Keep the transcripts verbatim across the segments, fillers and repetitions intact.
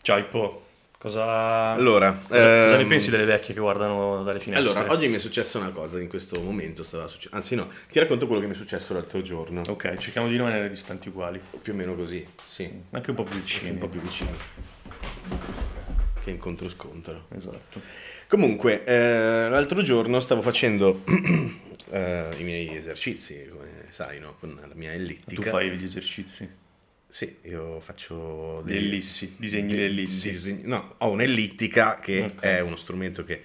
Ciao Ippo, cosa... Allora, cosa, cosa ne ehm, pensi delle vecchie che guardano dalle finestre? allora, oggi mi è successa una cosa in questo momento, stava succe- anzi no, ti racconto quello che mi è successo l'altro giorno, Ok, cerchiamo di rimanere distanti uguali, più o meno così, sì, anche un po' più anche vicini. un po' più vicino, che incontro scontro. Esatto. Comunque, eh, l'altro giorno stavo facendo eh, i miei esercizi, come sai, no? Con la mia Tu ellittica. fai gli esercizi, Sì, io faccio le ellissi, disegni de- le ellissi. disegni- no, ho un'ellittica che Ok. è uno strumento che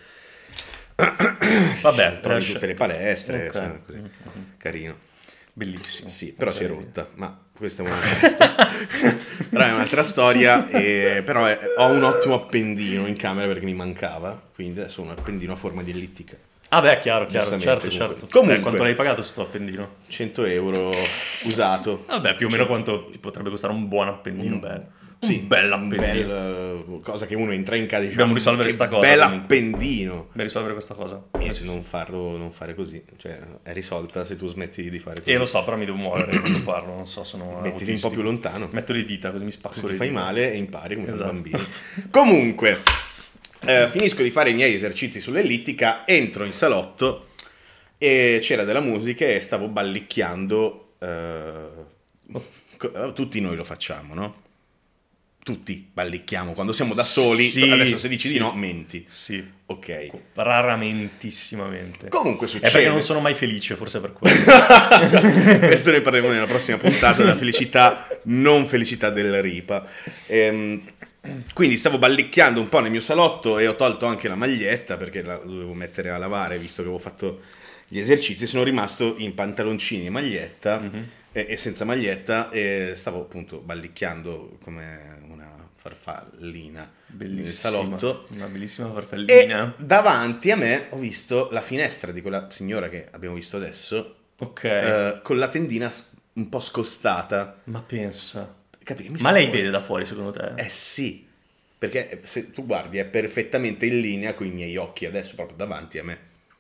Vabbè, trovi in riesce- tutte le palestre, Ok. sai, così. Carino. Bellissimo. Sì, però si è Ok. rotta, ma questa è un'altra storia. Però è un'altra storia, e- però è- ho un ottimo appendino in camera perché mi mancava, quindi adesso ho un appendino a forma di ellittica. Ah beh, chiaro, chiaro, Giustamente, certo, comunque. certo. Comunque. Eh, quanto l'hai pagato sto appendino? cento euro usato. Vabbè, più o meno quanto ti potrebbe costare un buon appendino, bello. Sì, un bel un appendino. bel, uh, cosa che uno entra in casa e dice Dobbiamo "Ah, risolvere che sta cosa, bel comunque." appendino. Per risolvere questa cosa. E se non farlo, non fare così, cioè è risolta se tu smetti di fare così. E lo so, però mi devo muovere quando parlo, non so, sono Mettiti un autistico. po' più lontano. Metto le dita così mi spacco Così le ti fai dita. male e impari come Esatto. fanno i bambini. Comunque, eh, finisco di fare i miei esercizi sull'ellittica, entro in salotto e c'era della musica e stavo ballicchiando. eh, co- tutti noi lo facciamo, no? Tutti ballicchiamo quando siamo da soli. Sì, Adesso se dici sì. di no, menti. Sì, Ok. raramentissimamente. Comunque È succede. perché non sono mai felice, forse per quello. Questo ne parleremo nella prossima puntata della felicità, non felicità del Ripa. Ehm, quindi stavo ballicchiando un po' nel mio salotto e ho tolto anche la maglietta perché la dovevo mettere a lavare visto che avevo fatto gli esercizi. Sono rimasto in pantaloncini e maglietta e, e senza maglietta e stavo appunto ballicchiando come una farfallina nel Bellissima. salotto. Una bellissima E farfallina. davanti a me ho visto la finestra di quella signora che abbiamo visto adesso, Ok. eh, con la tendina s- un po' scostata. Ma pensa. Capi- mi Ma stavo- lei vede da fuori, secondo te? Eh sì, perché se tu guardi è perfettamente in linea con i miei occhi adesso proprio davanti a me.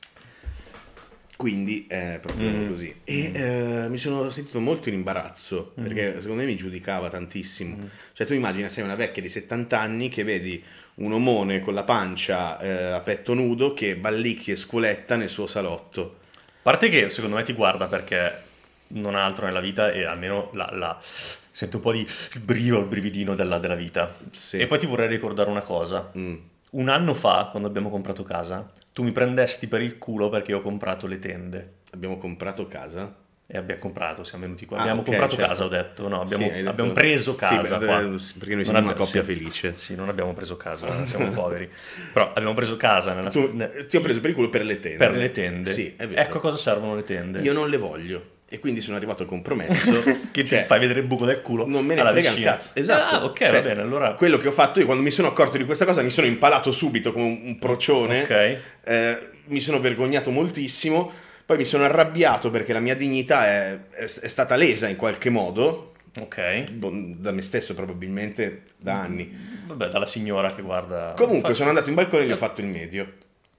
Quindi è proprio Mm. così. E eh, mi sono sentito molto in imbarazzo perché secondo me mi giudicava tantissimo. Cioè tu immagina sei una vecchia di settanta anni che vedi un omone con la pancia eh, a petto nudo che ballicchi e sculetta nel suo salotto. A parte che secondo me ti guarda perché non ha altro nella vita e almeno la, la- sente un po' di il brio, il brividino della, della vita. Sì. E poi ti vorrei ricordare una cosa. Mm. Un anno fa, quando abbiamo comprato casa, tu mi prendesti per il culo perché ho comprato le tende. Abbiamo comprato casa. E abbiamo comprato, siamo venuti qua. Ah, abbiamo ok, comprato certo. casa, ho detto. No, abbiamo, Sì, hai detto- abbiamo preso Sì, casa beh, qua. eh, sì, perché noi Non siamo una abbiamo- coppia sì. felice. Sì, non abbiamo preso casa, siamo poveri. Però abbiamo preso casa nella Tu- ne- ti ho preso per il culo per le tende. per le tende. Sì, è vero. Ecco a cosa servono le tende. Io non le voglio. E quindi sono arrivato al compromesso. Che ti cioè, fai vedere il buco del culo. non me ne alla frega un vicina. cazzo. Esatto. Ah, ok, Cioè, va bene. Allora. Quello che ho fatto io quando mi sono accorto di questa cosa mi sono impalato subito come un, un procione. Ok. Eh, mi sono vergognato moltissimo. Poi mi sono arrabbiato perché la mia dignità è, è- è stata lesa in qualche modo. Ok. Boh, da me stesso probabilmente da anni. Vabbè, dalla signora che guarda. Comunque Fa- sono andato in balcone e gli ho fatto il medio.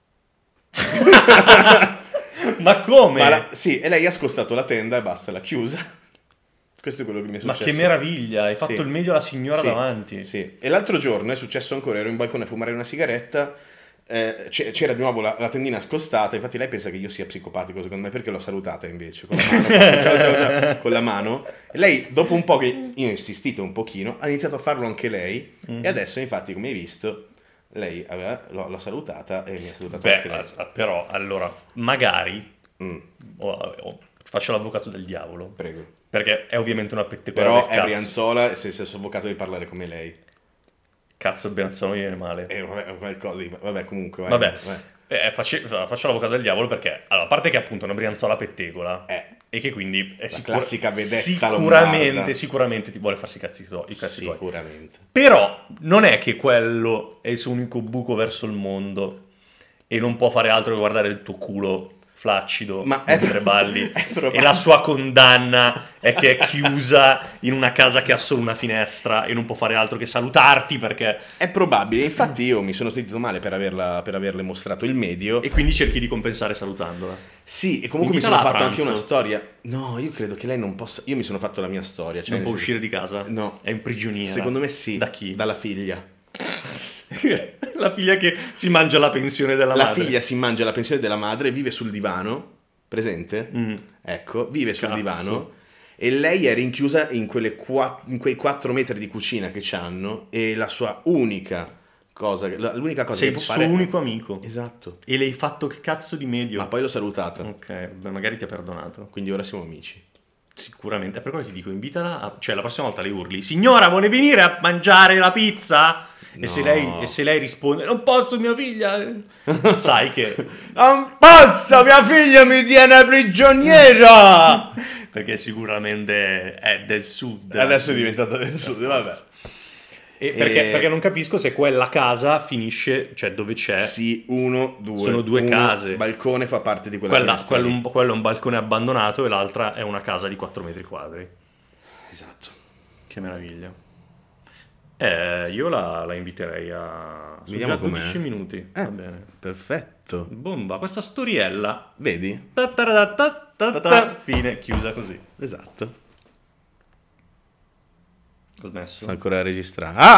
Ma come? Ma la- sì, e lei ha scostato la tenda e basta, l'ha chiusa. Questo è quello che mi è Ma successo. che meraviglia, hai fatto Sì. il meglio alla signora Sì, davanti. Sì. E l'altro giorno è successo ancora, ero in balcone a fumare una sigaretta, eh, c'è- c'era di nuovo la, la tendina scostata, infatti lei pensa che io sia psicopatico secondo me perché l'ho salutata invece con la mano, ho fatto ciao ciao ciao con la mano, e lei dopo un po' che io ho insistito un pochino, ha iniziato a farlo anche lei e adesso infatti come hai visto lei aveva, l'ho, l'ho salutata e mi ha salutato anche Beh, lei. as- però, allora, magari Mm, o- o- faccio l'avvocato del diavolo. prego. Perché è ovviamente una pettegola Però del è cazzo. Brianzola e se sei avvocato di parlare come lei. Cazzo, Brianzola mi viene male. E vabbè, qualcosa di- vabbè comunque vai, Vabbè, vai. eh, face- faccio l'avvocato del diavolo perché, allora, a parte che appunto è una Brianzola pettegola Eh. e che quindi è La sicur- classica vedetta sicuramente, lombarda. sicuramente ti vuole farsi i cazzi tuoi. I cazzi tuoi. Sicuramente. Però non è che quello è il suo unico buco verso il mondo e non può fare altro che guardare il tuo culo flaccido Ma è- mentre balli è probabile. e la sua condanna è che è chiusa in una casa che ha solo una finestra e non può fare altro che salutarti perché È probabile, infatti io mi sono sentito male per, averla, per averle mostrato il medio. e quindi cerchi di compensare salutandola. Sì, e comunque mi Invitala sono a fatto anche pranzo. una storia. No, io credo che lei non possa. Io mi sono fatto la mia storia. Cioè Non nel può senso- uscire di casa? No. È imprigionita? Secondo me sì. Da chi? Dalla figlia. La figlia che si mangia la pensione della La madre. figlia si mangia la pensione della madre, vive sul divano, presente? Mm. Ecco, vive sul Cazzo. divano e lei è rinchiusa in, quelle qua- in quei quattro metri di cucina che c'hanno e la sua unica cosa, la- l'unica cosa Sei che il può suo fare... unico amico. Esatto. E le hai fatto il cazzo di medio. Ma poi l'ho salutata, Ok, beh, magari ti ha perdonato. quindi ora siamo amici. Sicuramente. Per quello ti dico, invitala. A... Cioè, la prossima volta le urli: Signora, vuole venire a mangiare la pizza? E, No. se lei, e se lei risponde: Non posso, mia figlia. Sai che. Non posso, mia figlia mi tiene prigioniera! Perché sicuramente è del sud. Adesso è diventata del sud, vabbè. E perché, E- perché non capisco se quella casa finisce, cioè dove c'è. Sì, uno, due. Sono due Uno, case. balcone fa parte di quella Quella, finestra quello, lì. un, quello è un balcone abbandonato e l'altra è una casa di quattro metri quadri. Esatto. Che meraviglia. Eh, io la, la inviterei a... Sono Vediamo già com'è. dodici minuti. Eh. Va bene. Perfetto. Bomba, questa storiella. Vedi? Ta ta ta ta ta ta. Fine, chiusa così. Esatto. Ho smesso. Sta ancora a registrare. Ah!